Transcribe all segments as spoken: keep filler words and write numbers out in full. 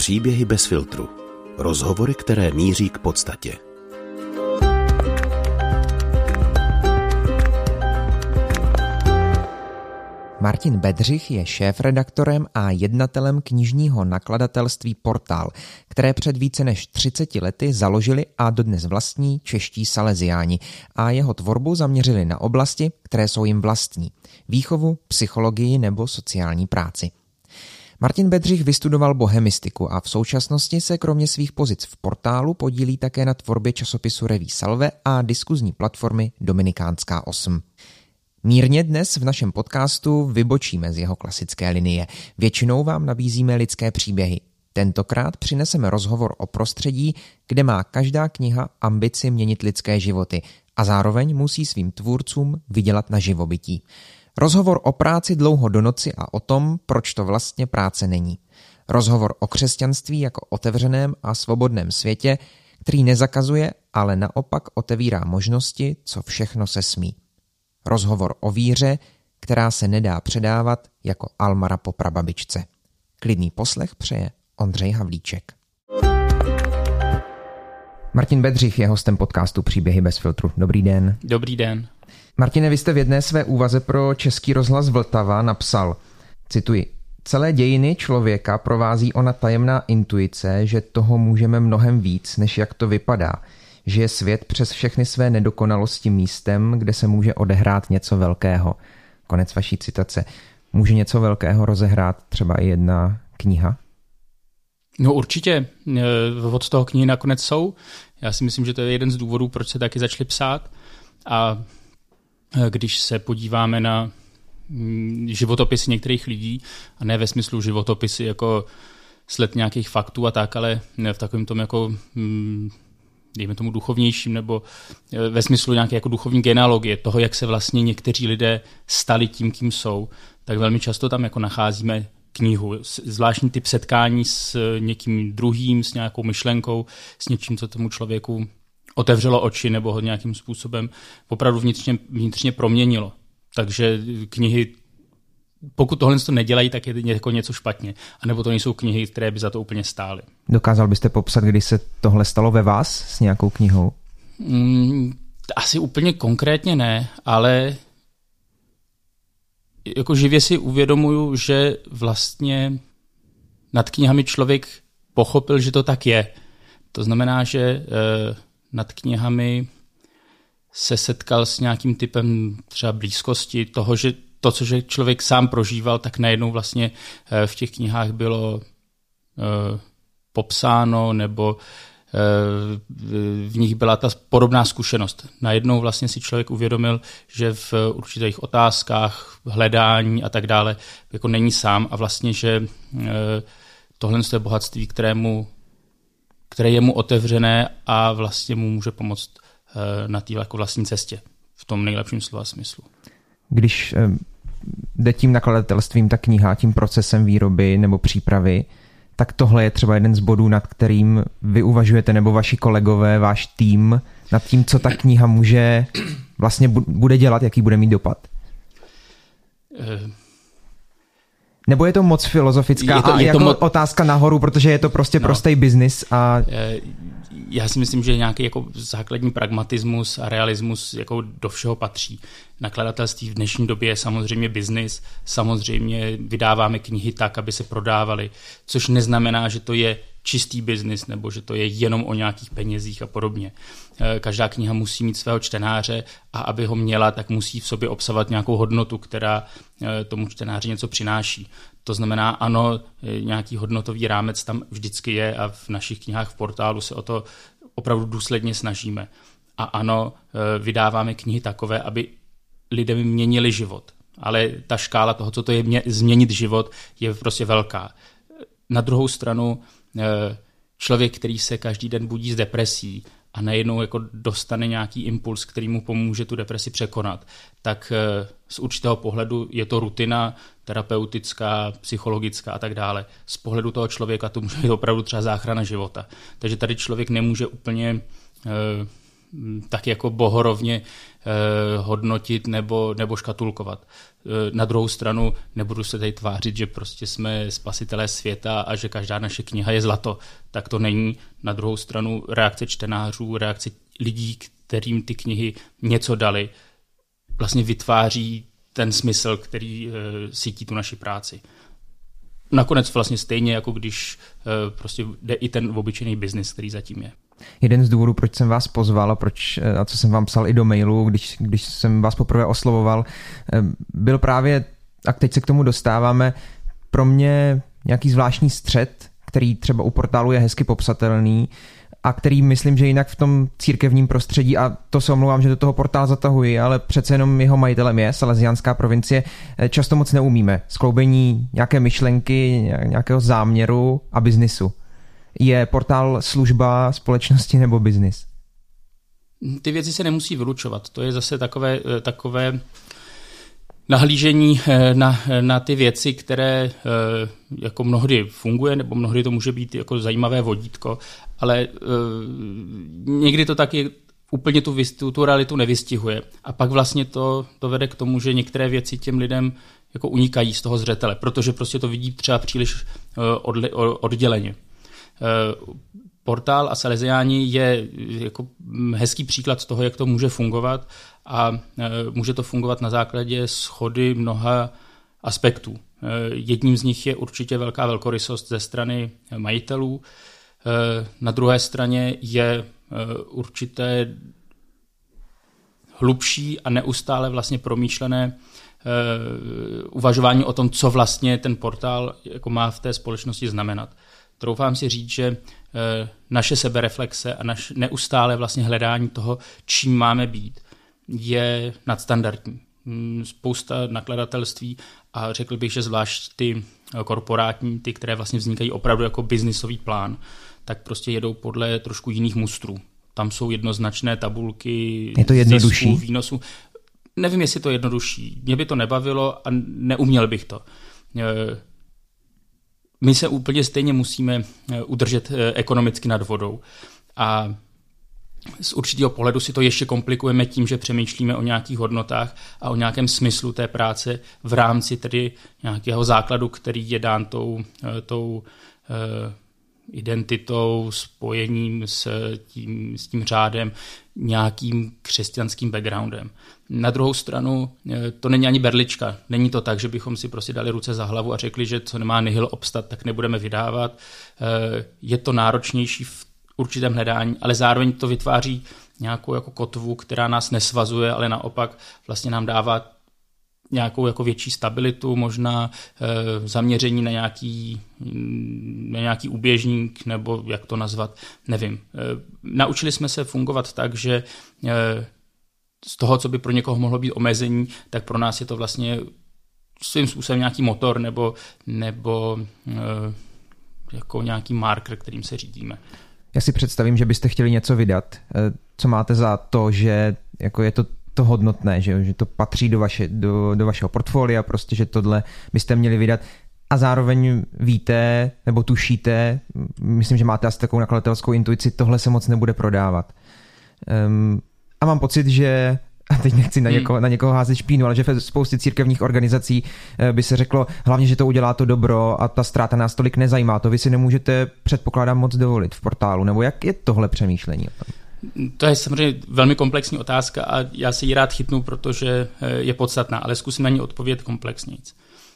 Příběhy bez filtru. Rozhovory, které míří k podstatě. Martin Bedřich je šéfredaktorem a jednatelem knižního nakladatelství Portál, které před více než třiceti lety založili a dodnes vlastní čeští Salesiáni a jeho tvorbu zaměřili na oblasti, které jsou jim vlastní. Výchovu, psychologii nebo sociální práci. Martin Bedřich vystudoval bohemistiku a v současnosti se kromě svých pozic v Portálu podílí také na tvorbě časopisu Reví Salve a diskuzní platformy Dominikánská osm. Mírně dnes v našem podcastu vybočíme z jeho klasické linie. Většinou vám nabízíme lidské příběhy. Tentokrát přineseme rozhovor o prostředí, kde má každá kniha ambici měnit lidské životy a zároveň musí svým tvůrcům vydělat na živobytí. Rozhovor o práci dlouho do noci a o tom, proč to vlastně práce není. Rozhovor o křesťanství jako otevřeném a svobodném světě, který nezakazuje, ale naopak otevírá možnosti, co všechno se smí. Rozhovor o víře, která se nedá předávat jako Almara po prababičce. Klidný poslech přeje Ondřej Havlíček. Martin Bedřich je hostem podcastu Příběhy bez filtru. Dobrý den. Dobrý den. Martine, vy jste v jedné své úvaze pro Český rozhlas Vltava napsal, cituji, celé dějiny člověka provází ona tajemná intuice, že toho můžeme mnohem víc, než jak to vypadá. Že je svět přes všechny své nedokonalosti místem, kde se může odehrát něco velkého. Konec vaší citace. Může něco velkého rozehrát třeba i jedna kniha? No určitě. Od toho knihy nakonec jsou. Já si myslím, že to je jeden z důvodů, proč se taky začali psát. A když se podíváme na životopisy některých lidí, a ne ve smyslu životopisy jako sled nějakých faktů a tak, ale v takovém tom jako... dejme tomu duchovnějším, nebo ve smyslu nějaké jako duchovní genealogie, toho, jak se vlastně někteří lidé stali tím, kým jsou, tak velmi často tam jako nacházíme knihu. Zvláštní typ setkání s někým druhým, s nějakou myšlenkou, s něčím, co tomu člověku otevřelo oči nebo ho nějakým způsobem opravdu vnitřně, vnitřně proměnilo. Takže knihy, pokud tohle to nedělají, tak je jako něco špatně. A nebo to nejsou knihy, které by za to úplně stály. Dokázal byste popsat, kdy se tohle stalo ve vás s nějakou knihou? Mm, asi úplně konkrétně ne, ale jako živě si uvědomuju, že vlastně nad knihami člověk pochopil, že to tak je. To znamená, že eh, nad knihami se setkal s nějakým typem třeba blízkosti toho, že to, co člověk sám prožíval, tak najednou vlastně v těch knihách bylo e, popsáno, nebo e, v nich byla ta podobná zkušenost. Najednou vlastně si člověk uvědomil, že v určitých otázkách, hledání a tak dále jako není sám a vlastně, že e, tohle je bohatství, kterému, které je mu otevřené a vlastně mu může pomoct e, na té jako vlastní cestě v tom nejlepším slova smyslu. Když jde tím nakladatelstvím ta kniha, tím procesem výroby nebo přípravy, tak tohle je třeba jeden z bodů, nad kterým vy uvažujete, nebo vaši kolegové, váš tým, nad tím, co ta kniha může vlastně bude dělat, jaký bude mít dopad? Uh, nebo je to moc filozofická je to, je a jako mo- otázka nahoru, protože je to prostě no, prostý biznis a... Já si myslím, že nějaký jako základní pragmatismus a realismus jako do všeho patří. Nakladatelství v dnešní době je samozřejmě biznis, samozřejmě vydáváme knihy tak, aby se prodávaly, což neznamená, že to je čistý biznis nebo že to je jenom o nějakých penězích a podobně. Každá kniha musí mít svého čtenáře a aby ho měla, tak musí v sobě obsahovat nějakou hodnotu, která tomu čtenáři něco přináší. To znamená, ano, nějaký hodnotový rámec tam vždycky je a v našich knihách v Portálu se o to opravdu důsledně snažíme. A ano, vydáváme knihy takové, aby lidem měnili život. Ale ta škála toho, co to je mě, změnit život, je prostě velká. Na druhou stranu, člověk, který se každý den budí s depresí a najednou jako dostane nějaký impuls, který mu pomůže tu depresi překonat, tak z určitého pohledu je to rutina terapeutická, psychologická a tak dále. Z pohledu toho člověka to může být opravdu třeba záchrana života. Takže tady člověk nemůže úplně tak jako bohorovně eh, hodnotit nebo, nebo škatulkovat. Eh, na druhou stranu nebudu se tady tvářit, že prostě jsme spasitelé světa a že každá naše kniha je zlato. Tak to není. Na druhou stranu reakce čtenářů, reakce lidí, kterým ty knihy něco dali, vlastně vytváří ten smysl, který eh, sítí tu naši práci. Nakonec vlastně stejně, jako když eh, prostě jde i ten obyčejný biznis, který zatím je. Jeden z důvodů, proč jsem vás pozval a, proč, a co jsem vám psal i do mailu, když, když jsem vás poprvé oslovoval, byl právě, a teď se k tomu dostáváme, pro mě nějaký zvláštní střed, který třeba u portálu je hezky popsatelný a který myslím, že jinak v tom církevním prostředí, a to se omlouvám, že do toho portál zatahuji, ale přece jenom jeho majitelem je Salesiánská provincie, často moc neumíme. Skloubení nějaké myšlenky, nějakého záměru a biznisu. Je portál služba společnosti nebo biznis? Ty věci se nemusí vylučovat. To je zase takové, takové nahlížení na, na ty věci, které jako mnohdy funguje, nebo mnohdy to může být jako zajímavé vodítko, ale někdy to taky úplně tu, tu, tu realitu nevystihuje. A pak vlastně to, to vede k tomu, že některé věci těm lidem jako unikají z toho zřetele, protože prostě to vidí třeba příliš odle, odděleně. Portál a Salesiáni je jako hezký příklad toho, jak to může fungovat a může to fungovat na základě shody mnoha aspektů. Jedním z nich je určitě velká velkorysost ze strany majitelů, na druhé straně je určité hlubší a neustále vlastně promýšlené uvažování o tom, co vlastně ten portál jako má v té společnosti znamenat. Troufám si říct, že naše sebereflexe a naše neustále vlastně hledání toho, čím máme být, je nadstandardní. Spousta nakladatelství a řekl bych, že zvlášť ty korporátní, ty, které vlastně vznikají opravdu jako biznisový plán, tak prostě jedou podle trošku jiných mustrů. Tam jsou jednoznačné tabulky zisků, výnosů. Nevím, jestli to je jednodušší. Mě by to nebavilo a neuměl bych to. My se úplně stejně musíme udržet ekonomicky nad vodou. A z určitého pohledu si to ještě komplikujeme tím, že přemýšlíme o nějakých hodnotách a o nějakém smyslu té práce v rámci tedy nějakého základu, který je dán tou, tou uh, identitou, spojením s tím, s tím řádem, nějakým křesťanským backgroundem. Na druhou stranu to není ani berlička. Není to tak, že bychom si prostě dali ruce za hlavu a řekli, že co nemá nihil obstat, tak nebudeme vydávat. Je to náročnější v určitém hledání, ale zároveň to vytváří nějakou jako kotvu, která nás nesvazuje, ale naopak vlastně nám dává nějakou jako větší stabilitu, možná e, zaměření na nějaký, na nějaký úběžník, nebo jak to nazvat, nevím. E, naučili jsme se fungovat tak, že e, z toho, co by pro někoho mohlo být omezení, tak pro nás je to vlastně svým způsobem nějaký motor nebo, nebo e, jako nějaký marker, kterým se řídíme. Já si představím, že byste chtěli něco vydat. Co máte za to, že jako je to to hodnotné, že, že to patří do, vaše, do, do vašeho portfolia, prostě, že tohle byste měli vydat a zároveň víte nebo tušíte, myslím, že máte asi takovou nakladatelskou intuici, tohle se moc nebude prodávat. Um, a mám pocit, že a teď nechci na někoho, na někoho házet špínu, ale že v spoustě církevních organizací by se řeklo, hlavně, že to udělá to dobro a ta ztráta nás tolik nezajímá. To vy si nemůžete, předpokládám, moc dovolit v portálu. Nebo jak je tohle přemýšlení? To je samozřejmě velmi komplexní otázka a já si ji rád chytnu, protože je podstatná, ale zkusím na ní odpovědět komplexnějc.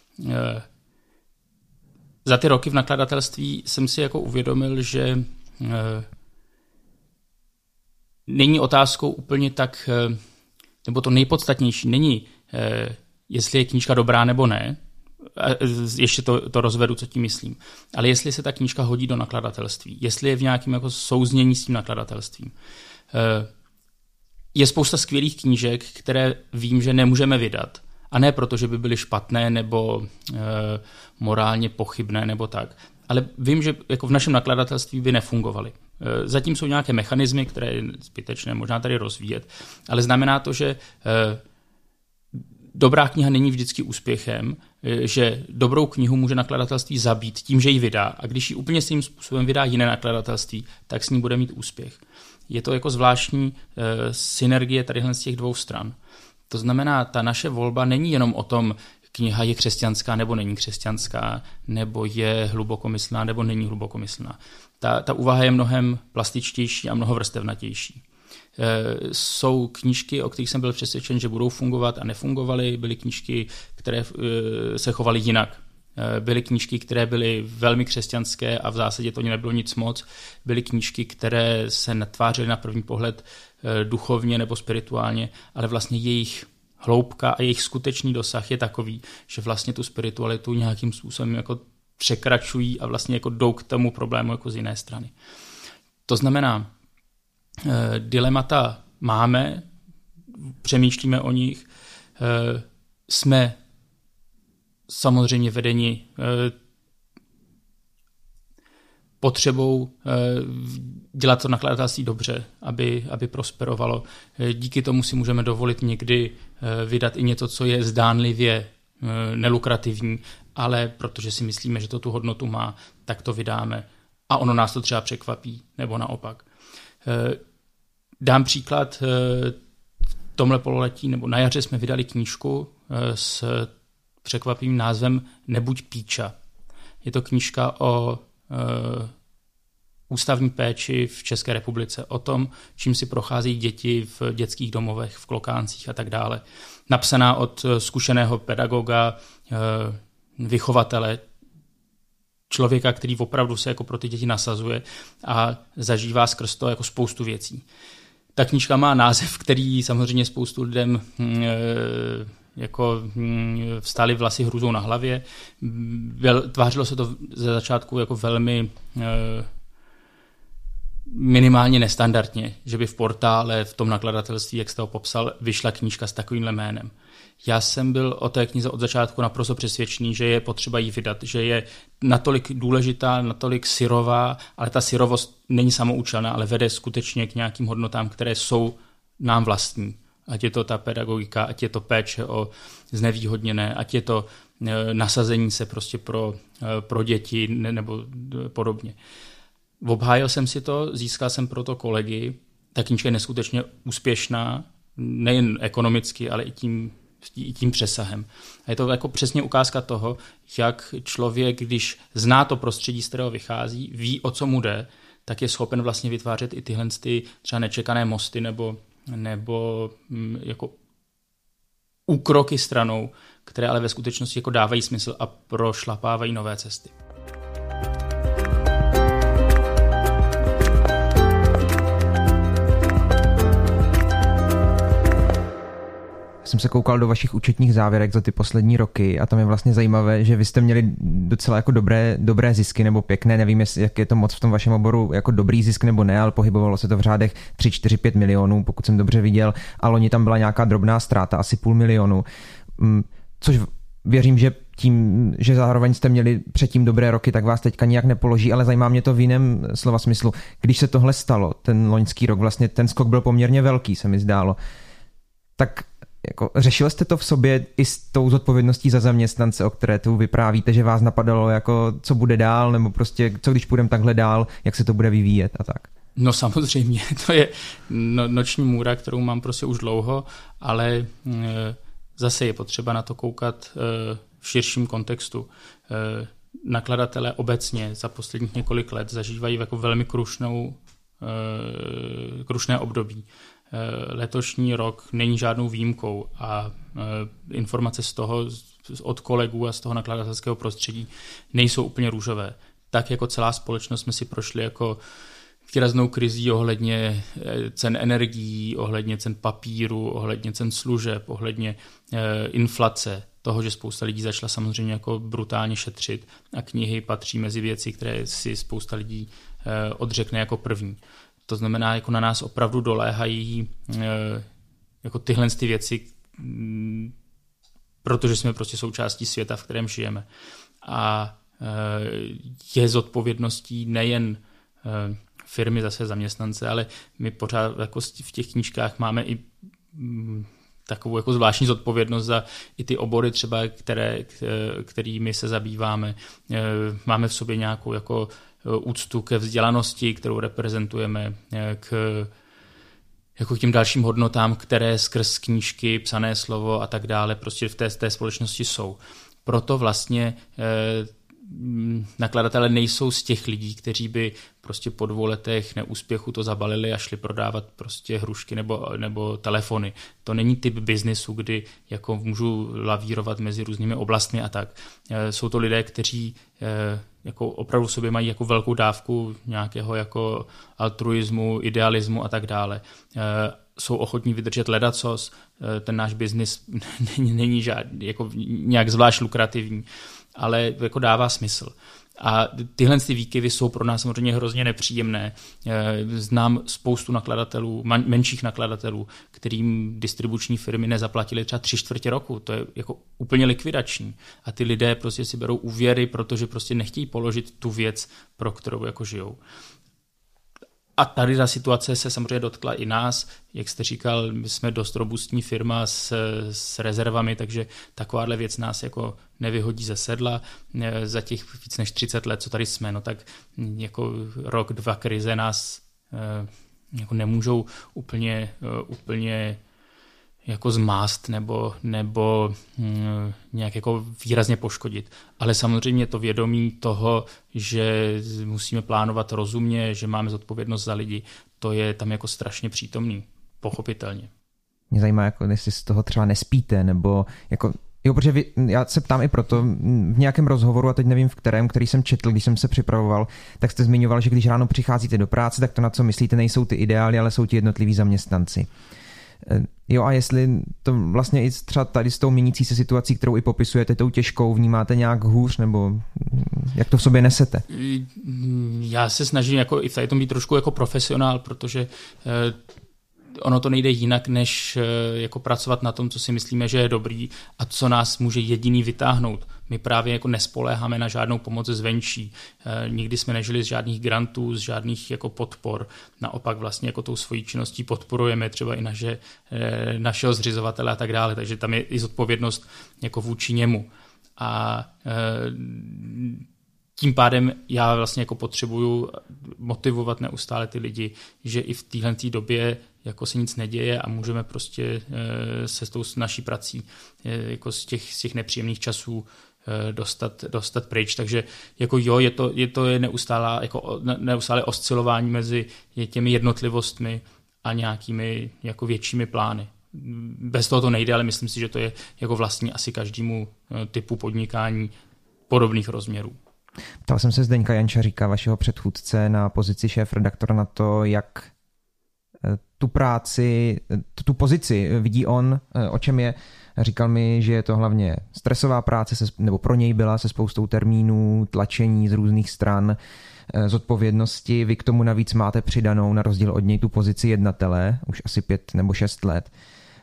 Za ty roky v nakladatelství jsem si jako uvědomil, že není otázkou úplně tak, nebo to nejpodstatnější není, jestli je knížka dobrá nebo ne, ještě to, to rozvedu, co tím myslím, ale jestli se ta knížka hodí do nakladatelství, jestli je v nějakém jako souznění s tím nakladatelstvím. Je spousta skvělých knížek, které vím, že nemůžeme vydat. A ne proto, že by byly špatné nebo e, morálně pochybné nebo tak. Ale vím, že jako v našem nakladatelství by nefungovaly. E, zatím jsou nějaké mechanismy, které je zbytečné možná tady rozvíjet, ale znamená to, že e, dobrá kniha není vždycky úspěchem, že dobrou knihu může nakladatelství zabít tím, že ji vydá. A když ji úplně stejným způsobem vydá jiné nakladatelství, tak s ní bude mít úspěch. je to jako zvláštní synergie tadyhle z těch dvou stran. To znamená, ta naše volba není jenom o tom, kniha je křesťanská nebo není křesťanská, nebo je hlubokomyslná nebo není hlubokomyslná. Ta, ta úvaha je mnohem plastičtější a mnoho vrstevnatější. E, jsou knížky, o kterých jsem byl přesvědčen, že budou fungovat a nefungovaly. Byly knížky, které e, se chovaly jinak. E, byly knížky, které byly velmi křesťanské a v zásadě to nebylo nic moc. Byly knížky, které se natvářely na první pohled e, duchovně nebo spirituálně, ale vlastně jejich hloubka a jejich skutečný dosah je takový, že vlastně tu spiritualitu nějakým způsobem jako překračují a vlastně jako jdou k tomu problému jako z jiné strany. To znamená, eh, dilemata máme, přemýšlíme o nich, eh, jsme samozřejmě vedeni eh, potřebou eh, dělat to nakladatelství dobře, aby, aby prosperovalo. Eh, díky tomu si můžeme dovolit někdy eh, vydat i něco, co je zdánlivě eh, nelukrativní, ale protože si myslíme, že to tu hodnotu má, tak to vydáme a ono nás to třeba překvapí, nebo naopak. Eh, dám příklad, eh, v tomhle pololetí nebo na jaře jsme vydali knížku eh, s překvapivým názvem Nebuď píča. Je to knížka o Uh, ústavní péči v České republice, o tom, čím si prochází děti v dětských domovech, v klokáncích a tak dále. Napsaná od zkušeného pedagoga, uh, vychovatele, člověka, který opravdu se jako pro ty děti nasazuje a zažívá skrz to jako spoustu věcí. Ta knížka má název, který samozřejmě spoustu lidem uh, jako vstály vlasy hrůzou na hlavě. Tvářilo se to ze začátku jako velmi minimálně nestandardně, že by v portále, v tom nakladatelství, jak jste ho popsal, vyšla knížka s takovýmhle jménem. Já jsem byl o té knize od začátku naprosto přesvědčený, že je potřeba jí vydat, že je natolik důležitá, natolik syrová, ale ta syrovost není samoučelná, ale vede skutečně k nějakým hodnotám, které jsou nám vlastní. Ať je to ta pedagogika, ať je to péče o znevýhodněné, ať je to nasazení se prostě pro, pro děti nebo podobně. Obhájil jsem si to, získal jsem proto kolegy. Ta knížka je neskutečně úspěšná, nejen ekonomicky, ale i tím, i tím přesahem. A je to jako přesně ukázka toho, jak člověk, když zná to prostředí, z kterého vychází, ví, o co mu jde, tak je schopen vlastně vytvářet i tyhle ty třeba nečekané mosty nebo nebo jako úkroky stranou, které ale ve skutečnosti jako dávají smysl a prošlapávají nové cesty. Jsem se koukal do vašich účetních závěrek za ty poslední roky a tam je vlastně zajímavé, že vy jste měli docela jako dobré, dobré zisky nebo pěkné, nevím, jestli, jak je to moc v tom vašem oboru jako dobrý zisk nebo ne, ale pohybovalo se to v řádech tři, čtyři, pět milionů, pokud jsem dobře viděl, a loni tam byla nějaká drobná ztráta, asi půl milionu, což věřím, že tím, že zároveň jste měli předtím dobré roky, tak vás teďka nijak nepoloží, ale zajímá mě to v jiném slova smyslu. Když se tohle stalo, ten loňský rok, vlastně ten skok byl poměrně velký, se mi zdálo, tak jako, řešil jste to v sobě i s tou zodpovědností za zaměstnance, o které tu vyprávíte, že vás napadalo, jako, co bude dál, nebo prostě co když půjdeme takhle dál, jak se to bude vyvíjet a tak? No samozřejmě, to je no, noční můra, kterou mám prostě už dlouho, ale e, zase je potřeba na to koukat e, v širším kontextu. E, nakladatelé obecně za posledních několik let zažívají jako velmi krušnou, e, krušné období. Letošní rok není žádnou výjimkou a informace z toho, od kolegů a z toho nakladatelského prostředí nejsou úplně růžové. Tak jako celá společnost jsme si prošli jako výraznou krizí ohledně cen energií, ohledně cen papíru, ohledně cen služeb, ohledně inflace, toho, že spousta lidí začala samozřejmě jako brutálně šetřit a knihy patří mezi věci, které si spousta lidí odřekne jako první. To znamená, jako na nás opravdu doléhají jako tyhle ty věci, protože jsme prostě součástí světa, v kterém žijeme. A je zodpovědností nejen firmy, zase zaměstnance, ale my pořád jako v těch knížkách máme i takovou jako zvláštní zodpovědnost za i ty obory třeba, které, kterými se zabýváme. Máme v sobě nějakou jako úctu ke vzdělanosti, kterou reprezentujeme, k jako k těm dalším hodnotám, které skrz knížky, psané slovo a tak dále prostě v té, té společnosti jsou. Proto vlastně eh, nakladatelé nejsou z těch lidí, kteří by prostě po dvou letech neúspěchu to zabalili a šli prodávat prostě hrušky nebo, nebo telefony. To není typ biznesu, kdy jako můžu lavírovat mezi různými oblastmi a tak. E, jsou to lidé, kteří e, jako opravdu v sobě mají jako velkou dávku nějakého jako altruismu, idealismu a tak dále. E, jsou ochotní vydržet ledacos, e, ten náš biznis není, není žádný, jako nějak zvlášť lukrativní, ale jako dává smysl. A tyhle ty výkyvy jsou pro nás samozřejmě hrozně nepříjemné. Znám spoustu nakladatelů, menších nakladatelů, kterým distribuční firmy nezaplatili třeba tři čtvrtě roku. To je jako úplně likvidační. A ty lidé prostě si berou úvěry, protože prostě nechtějí položit tu věc, pro kterou jako žijou. A tady ta situace se samozřejmě dotkla i nás. Jak jste říkal, my jsme dost robustní firma s, s rezervami, takže takováhle věc nás jako nevyhodí ze sedla. Za těch víc než třicet let, co tady jsme, no tak jako rok, dva krize nás jako nemůžou úplně, úplně jako zmást nebo, nebo hm, nějak jako výrazně poškodit. Ale samozřejmě to vědomí toho, že musíme plánovat rozumně, že máme zodpovědnost za lidi, to je tam jako strašně přítomný, pochopitelně. Mě zajímá, jako jestli z toho třeba nespíte, nebo jako jo, protože vy, já se ptám i proto, v nějakém rozhovoru, a teď nevím v kterém, který jsem četl, když jsem se připravoval, tak jste zmiňoval, že když ráno přicházíte do práce, tak to, na co myslíte, nejsou ty ideály, ale jsou ti jednotliví zaměstnanci. Jo, a jestli to vlastně i třeba tady s tou měnící se situací, kterou i popisujete, tou těžkou, vnímáte nějak hůř, nebo jak to v sobě nesete? Já se snažím jako i v tom být trošku jako profesionál, protože ono to nejde jinak, než jako pracovat na tom, co si myslíme, že je dobrý a co nás může jediný vytáhnout. My právě jako nespoléháme na žádnou pomoc zvenčí. Nikdy jsme nežili z žádných grantů, z žádných jako podpor. Naopak vlastně jako tou svojí činností podporujeme třeba i naše, našeho zřizovatele a tak dále. Takže tam je i zodpovědnost jako vůči němu. A tím pádem já vlastně jako potřebuju motivovat neustále ty lidi, že i v téhle době jako se nic neděje a můžeme prostě se s tou naší prací jako z těch, z těch nepříjemných časů dostat, dostat pryč. Takže jako jo, je to, je to neustálá, jako neustálé oscilování mezi těmi jednotlivostmi a nějakými jako většími plány. Bez toho to nejde, ale myslím si, že to je jako vlastní asi každému typu podnikání podobných rozměrů. Ptal jsem se Zdeňka Jančaříka, vašeho předchůdce na pozici šéfredaktora, na to, jak tu práci, tu pozici vidí on, o čem je. Říkal mi, že je to hlavně stresová práce, se, nebo pro něj byla se spoustou termínů, tlačení z různých stran, zodpovědnosti. Vy k tomu navíc máte přidanou na rozdíl od něj tu pozici jednatele, už asi pět nebo šest let.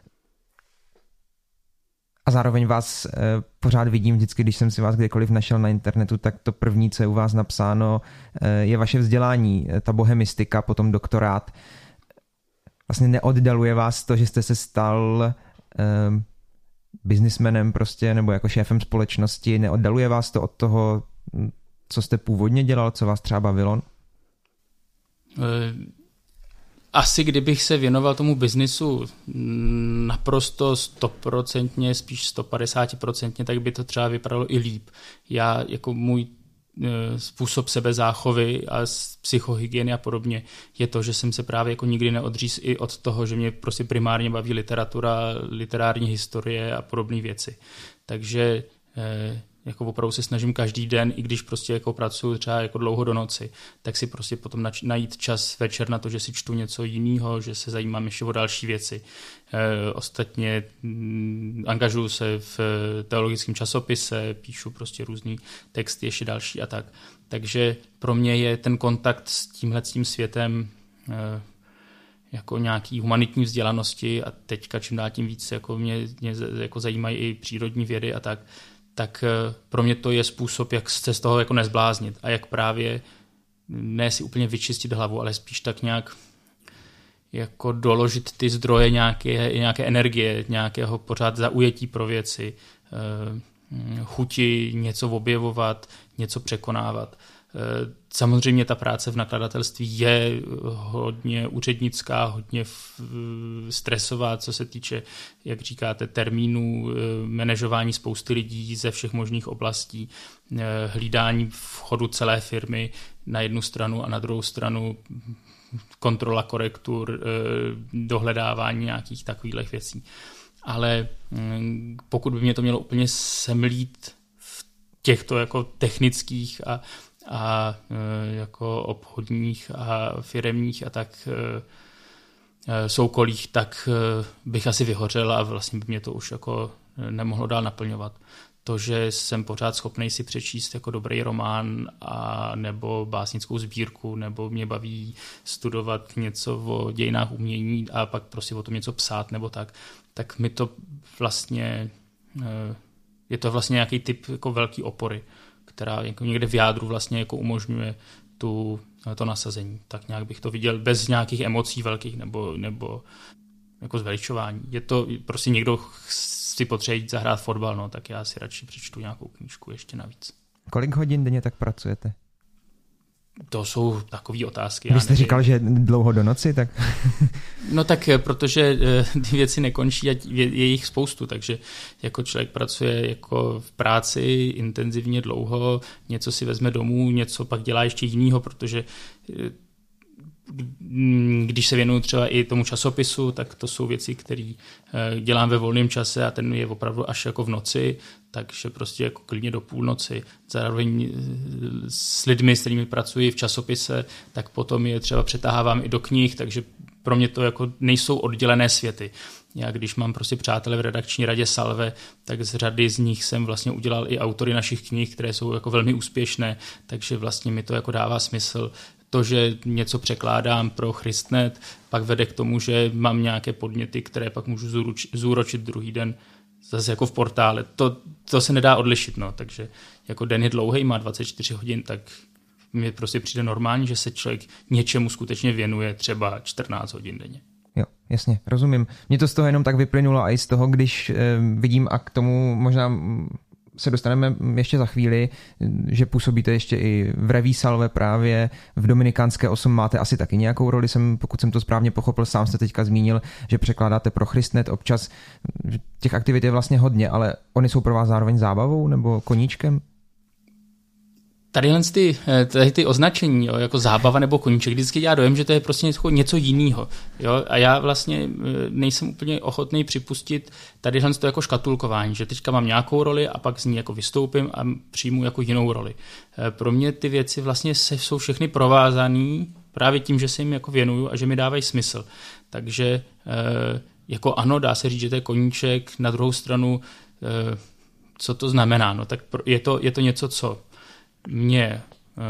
A zároveň vás e, pořád vidím vždycky, když jsem si vás kdekoliv našel na internetu, tak to první, co je u vás napsáno, e, je vaše vzdělání, ta bohemistika, potom doktorát. Vlastně neoddaluje vás to, že jste se stal e, biznismenem prostě, nebo jako šéfem společnosti, neoddaluje vás to od toho, co jste původně dělal, co vás třeba bavilo? E- Asi kdybych se věnoval tomu biznisu naprosto stoprocentně, spíš sto padesát procent, tak by to třeba vypadalo i líp. Já jako můj způsob sebezáchovy a psychohygieny a podobně je to, že jsem se právě jako nikdy neodříz i od toho, že mě prostě primárně baví literatura, literární historie a podobné věci. Takže jako opravdu se snažím každý den, i když prostě jako pracuji třeba jako dlouho do noci, tak si prostě potom najít čas večer na to, že si čtu něco jiného, že se zajímám ještě o další věci. E, ostatně m, angažuju se v teologickém časopise, píšu prostě různý texty, ještě další a tak. Takže pro mě je ten kontakt s tímhletím světem e, jako nějaký humanitní vzdělanosti a teďka čím dál tím víc jako mě, mě jako zajímají i přírodní vědy a tak, tak pro mě to je způsob, jak se z toho jako nezbláznit a jak právě ne si úplně vyčistit hlavu, ale spíš tak nějak jako doložit ty zdroje nějaké, nějaké energie, nějakého pořád zaujetí pro věci, chuti něco objevovat, něco překonávat. Samozřejmě ta práce v nakladatelství je hodně úřednická, hodně stresová, co se týče, jak říkáte, termínů, manažování spousty lidí ze všech možných oblastí, hlídání vchodu celé firmy na jednu stranu a na druhou stranu kontrola korektur, dohledávání nějakých takových věcí. Ale pokud by mě to mělo úplně semlít v těchto jako technických a a jako obchodních a firemních a tak soukolích, tak bych asi vyhořel a vlastně by mě to už jako nemohlo dál naplňovat. To, že jsem pořád schopný si přečíst jako dobrý román a nebo básnickou sbírku, nebo mě baví studovat něco o dějinách umění a pak prostě o tom něco psát nebo tak, tak mi to vlastně je to vlastně nějaký typ jako velký opory, která jako někde v jádru vlastně jako umožňuje tu, to nasazení. Tak nějak bych to viděl bez nějakých emocí velkých nebo, nebo jako zveličování. Je to prostě někdo si potřebuje jít zahrát fotbal, no, tak já si radši přečtu nějakou knížku ještě navíc. Kolik hodin denně tak pracujete? To jsou takové otázky. Vy jste říkal, že dlouho do noci, tak... No tak, protože ty věci nekončí a je jich spoustu, takže jako člověk pracuje jako v práci intenzivně dlouho, něco si vezme domů, něco pak dělá ještě jinýho, protože když se věnuju třeba i tomu časopisu, tak to jsou věci, které dělám ve volném čase a ten je opravdu až jako v noci, takže prostě jako klidně do půlnoci. Zároveň s lidmi, s kterými pracuji v časopise, tak potom je třeba přetahávám i do knih, takže pro mě to jako nejsou oddělené světy. Já když mám prostě přátele v redakční radě Salve, tak z řady z nich jsem vlastně udělal i autory našich knih, které jsou jako velmi úspěšné, takže vlastně mi to jako dává smysl. To, že něco překládám pro Christnet, pak vede k tomu, že mám nějaké podněty, které pak můžu zúročit druhý den zase jako v portále. To, to se nedá odlišit, no. Takže jako den je dlouhý, má dvacet čtyři hodin, tak mi prostě přijde normální, že se člověk něčemu skutečně věnuje třeba čtrnáct hodin denně. Jo, jasně, rozumím. Mně to z toho jenom tak vyplynulo a i z toho, když eh, vidím a k tomu možná se dostaneme ještě za chvíli, že působíte ještě i v Reví Salve právě, v Dominikánské osm máte asi taky nějakou roli, jsem, pokud jsem to správně pochopil, sám jste teďka zmínil, že překládáte pro Christnet občas, těch aktivit je vlastně hodně, ale oni jsou pro vás zároveň zábavou nebo koníčkem? Tady ty, tady ty označení, jo, jako zábava nebo koníček, vždycky dělá dojem, že to je prostě něco, něco jiného. Jo? A já vlastně nejsem úplně ochotný připustit tady to jako škatulkování, že teďka mám nějakou roli a pak z ní jako vystoupím a přijmu jako jinou roli. Pro mě ty věci vlastně jsou všechny provázané právě tím, že se jim jako věnuju a že mi dávají smysl. Takže jako ano, dá se říct, že to je koníček, na druhou stranu, co to znamená? No, tak je to, je to něco, co mě,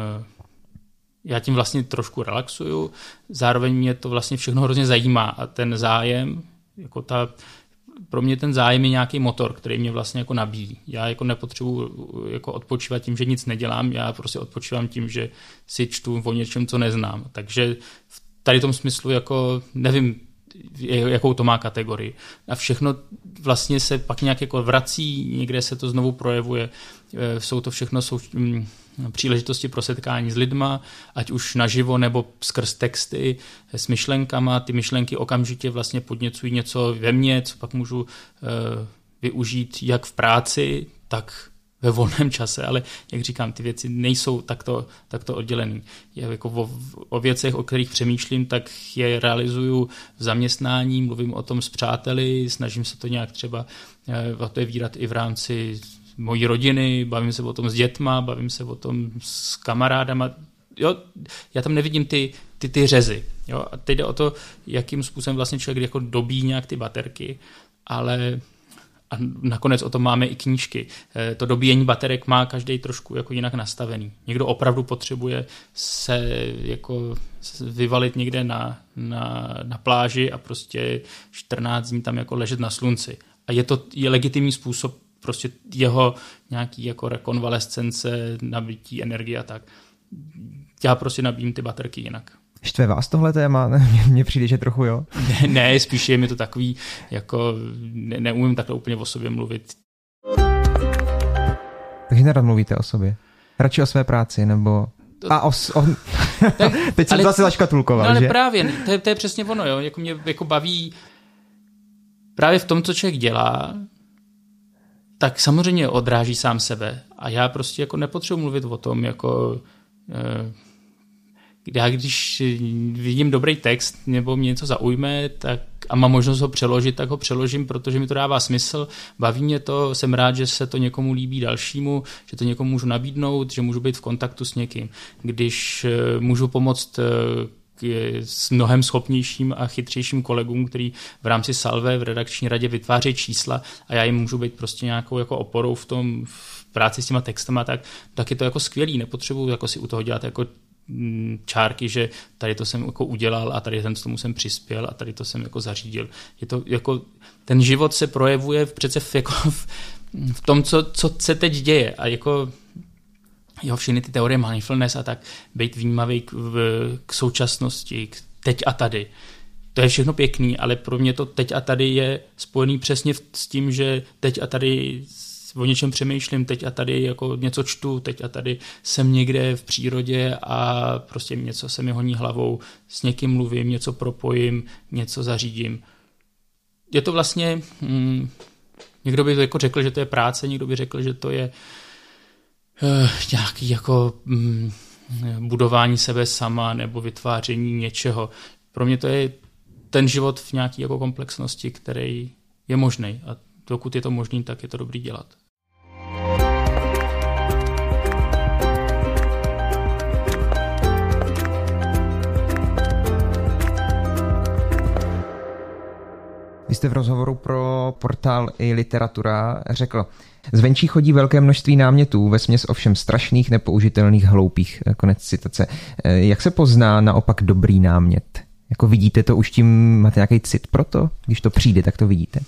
já tím vlastně trošku relaxuju, zároveň mě to vlastně všechno hrozně zajímá a ten zájem, jako ta, pro mě ten zájem je nějaký motor, který mě vlastně jako nabíjí. Já jako nepotřebuji jako odpočívat tím, že nic nedělám, já prostě odpočívám tím, že si čtu o něčem, co neznám. Takže v tady tom smyslu jako nevím, jakou to má kategorii. A všechno vlastně se pak nějak jako vrací, někde se to znovu projevuje. Jsou to všechno jsou příležitosti pro setkání s lidma, ať už naživo nebo skrz texty s myšlenkama. Ty myšlenky okamžitě vlastně podněcují něco ve mně, co pak můžu využít jak v práci, tak ve volném čase, ale jak říkám, ty věci nejsou takto, takto oddělený. Je jako o, o věcech, o kterých přemýšlím, tak je realizuju v zaměstnání, mluvím o tom s přáteli, snažím se to nějak třeba otevírat i v rámci mojí rodiny, bavím se o tom s dětma, bavím se o tom s kamarádama. Jo, já tam nevidím ty, ty, ty řezy. Jo? A teď jde o to, jakým způsobem vlastně člověk jako dobíjí nějak ty baterky, ale a nakonec o tom máme i knížky. To dobíjení baterek má každý trošku jako jinak nastavený. Někdo opravdu potřebuje se jako vyvalit někde na, na, na pláži a prostě čtrnáct dní tam jako ležet na slunci. A je to je legitimní způsob prostě jeho nějaký jako rekonvalescence, nabití energie a tak. Já prostě nabíjím ty baterky jinak. Štve vás tohle téma? Mně přijde, že trochu jo. Ne, ne, spíš je mi to takový, jako ne, neumím takhle úplně o sobě mluvit. Takže nerad mluvíte o sobě? Radši o své práci, nebo To... A os, on... tak, teď jsem zase zaškatulkoval, no, ale že? právě, to je, to je přesně ono, jo. Jako mě jako baví právě v tom, co člověk dělá, tak samozřejmě odráží sám sebe. A já prostě jako nepotřebuji mluvit o tom, jako eh, já když vidím dobrý text nebo mě něco zaujme tak, a mám možnost ho přeložit, tak ho přeložím, protože mi to dává smysl, baví mě to, jsem rád, že se to někomu líbí dalšímu, že to někomu můžu nabídnout, že můžu být v kontaktu s někým. Když eh, můžu pomoct eh, s mnohem schopnějším a chytřejším kolegům, který v rámci Salve v redakční radě vytváří čísla a já jim můžu být prostě nějakou jako oporou v tom v práci s těma textama, tak, tak je to jako skvělý, nepotřebuji jako si u toho dělat jako čárky, že tady to jsem jako udělal a tady ten tomu jsem přispěl a tady to jsem jako zařídil. Je to jako, ten život se projevuje přece v, jako v, v tom, co, co se teď děje a jako jo, všechny ty teorie mindfulness a tak být vnímavý k, v, k současnosti, k teď a tady. To je všechno pěkný, ale pro mě to teď a tady je spojený přesně s tím, že teď a tady o něčem přemýšlím, teď a tady jako něco čtu, teď a tady jsem někde v přírodě a prostě něco se mi honí hlavou, s někým mluvím, něco propojím, něco zařídím. Je to vlastně, hm, někdo by to jako řekl, že to je práce, někdo by řekl, že to je uh, nějaký jako hm, budování sebe sama nebo vytváření něčeho. Pro mě to je ten život v nějaké jako komplexnosti, který je možný a dokud je to možný, tak je to dobrý dělat. Vy jste v rozhovoru pro portál i Literatura řekl, zvenčí chodí velké množství námětů, vesměs ovšem strašných, nepoužitelných, hloupých. Konec citace. Jak se pozná naopak dobrý námět? Jako vidíte to už tím, máte nějaký cit pro to? Když to přijde, tak to vidíte?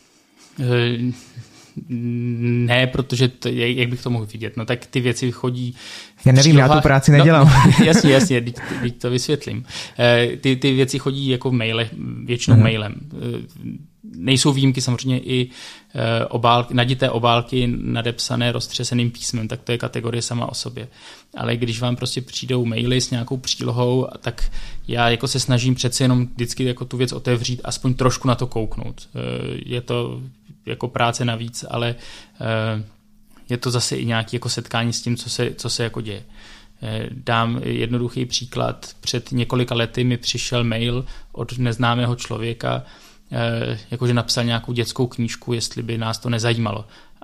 Ne, protože to, jak bych to mohl vidět? No tak ty věci chodí... Já nevím, příloha... já tu práci nedělám. No, jasně, jasně, teď, teď to vysvětlím. Ty, ty věci chodí jako maile, většinou uh-huh. mailem. Nejsou výjimky samozřejmě i obálky, nadité obálky nadepsané roztřeseným písmem, tak to je kategorie sama o sobě. Ale když vám prostě přijdou maily s nějakou přílohou, tak já jako se snažím přece jenom vždycky jako tu věc otevřít, aspoň trošku na to kouknout. Je to jako práce navíc, ale je to zase i nějaké jako setkání s tím, co se, co se jako děje. Dám jednoduchý příklad. Před několika lety mi přišel mail od neznámého člověka, jakože napsal nějakou dětskou knížku, jestli by nás to nezajímalo.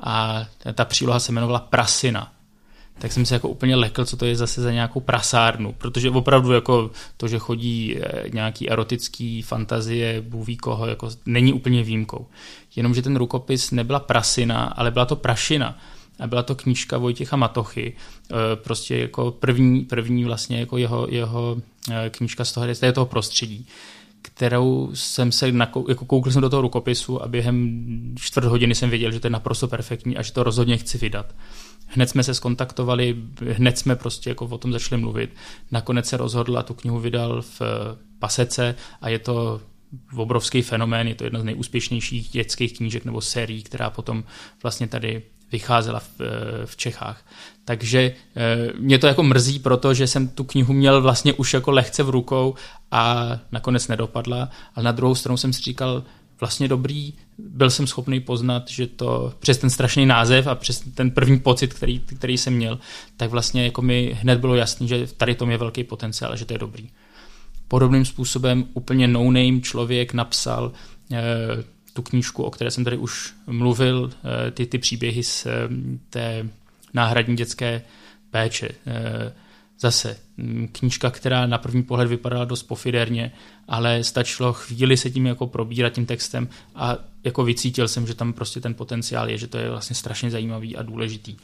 A ta příloha se jmenovala Prasina. Tak jsem se jako úplně lekl, co to je zase za nějakou prasárnu, protože opravdu jako to, že chodí nějaký erotický fantazie, Bůh ví koho, jako není úplně výjimkou. Jenomže ten rukopis nebyla prasina, ale byla to prašina. A byla to knížka Vojtěcha Matochy, prostě jako první, první vlastně jako jeho, jeho knížka z toho, z toho prostředí, kterou jsem se, nakou, jako koukl jsem do toho rukopisu a během čtvrt hodiny jsem věděl, že to je naprosto perfektní a že to rozhodně chci vydat. Hned jsme se skontaktovali, hned jsme prostě jako o tom začali mluvit. Nakonec se rozhodl a tu knihu vydal v Pasece a je to obrovský fenomén, je to jedna z nejúspěšnějších dětských knížek nebo sérií, která potom vlastně tady vycházela v, v Čechách. Takže mě to jako mrzí, protože jsem tu knihu měl vlastně už jako lehce v rukou a nakonec nedopadla, ale na druhou stranu jsem si říkal, vlastně dobrý, byl jsem schopný poznat, že to přes ten strašný název a přes ten první pocit, který, který jsem měl, tak vlastně jako mi hned bylo jasný, že tady tom je velký potenciál, že to je dobrý. Podobným způsobem úplně no-name člověk napsal eh, tu knížku, o které jsem tady už mluvil, eh, ty, ty příběhy z eh, té náhradní dětské péče. Eh, Zase knížka, která na první pohled vypadala dost pofiderně, ale stačilo chvíli se tím jako probírat tím textem a jako vycítil jsem, že tam prostě ten potenciál je, že to je vlastně strašně zajímavý a důležitý.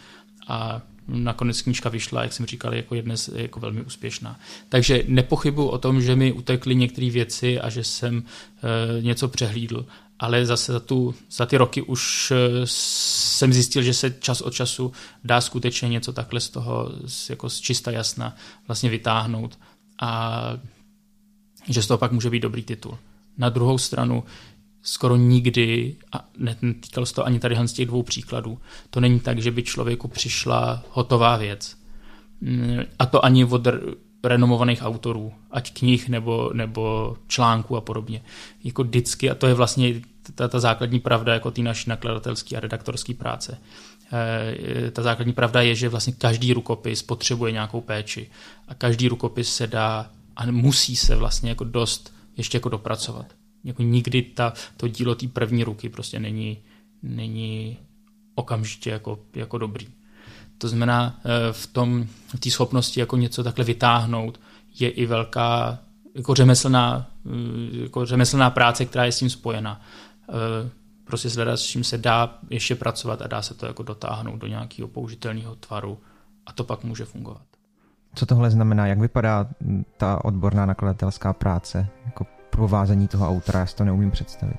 A nakonec knížka vyšla, jak jsem říkal, jako je dnes jako velmi úspěšná. Takže nepochybuji o tom, že mi utekly některé věci a že jsem e, něco přehlídl, ale zase za, tu, za ty roky už jsem zjistil, že se čas od času dá skutečně něco takhle z toho jako z čista jasna vlastně vytáhnout a že z toho pak může být dobrý titul. Na druhou stranu skoro nikdy, a netýkalo se to ani tady z těch dvou příkladů, to není tak, že by člověku přišla hotová věc. A to ani od renomovaných autorů, ať knih nebo, nebo článků a podobně. Jako vždycky, a to je vlastně ta, ta základní pravda jako té naší nakladatelské a redaktorské práce. E, ta základní pravda je, že vlastně každý rukopis potřebuje nějakou péči a každý rukopis se dá a musí se vlastně jako dost ještě jako dopracovat. Jako nikdy ta, to dílo té první ruky prostě není, není okamžitě jako, jako dobrý. To znamená, v tom, v té schopnosti jako něco takhle vytáhnout je i velká jako řemeslná, jako řemeslná práce, která je s tím spojena. Prostě hledat, s čím se dá ještě pracovat a dá se to jako dotáhnout do nějakého použitelného tvaru a to pak může fungovat. Co tohle znamená? Jak vypadá ta odborná nakladatelská práce? Jako provázení toho autora, já si to neumím představit.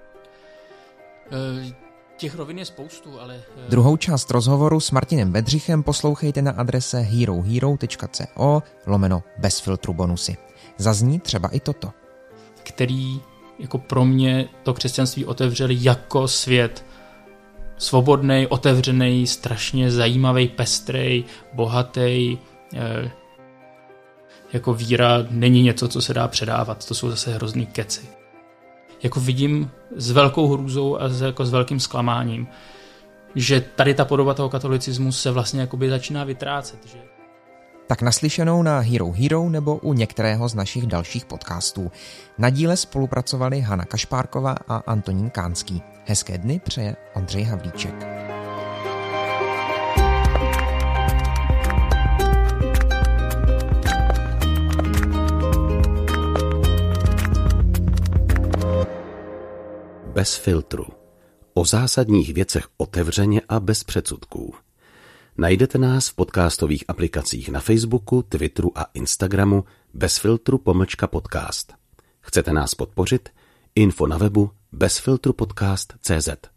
E- Těch rovin je spoustu, ale... Druhou část rozhovoru s Martinem Bedřichem poslouchejte na adrese herohero.co lomeno bez filtru bonusy. Zazní třeba i toto. Který jako pro mě to křesťanství otevřeli jako svět svobodnej, otevřenej, strašně zajímavý, pestrej, bohatý. Jako víra není něco, co se dá předávat, to jsou zase hrozný keci. Jako vidím s velkou hrůzou a s, jako s velkým zklamáním, že tady ta podoba toho katolicismu se vlastně jakoby začíná vytrácet. Že... Tak naslyšenou na Hero Hero nebo u některého z našich dalších podcastů. Na díle spolupracovali Hana Kašpárková a Antonín Kánský. Hezké dny přeje Ondřej Havlíček. Bez filtru. O zásadních věcech otevřeně a bez předsudků. Najdete nás v podcastových aplikacích na Facebooku, Twitteru a Instagramu bez filtru pomlčka podcast. Chcete nás podpořit? Info na webu bezfiltrupodcast tečka cé zet.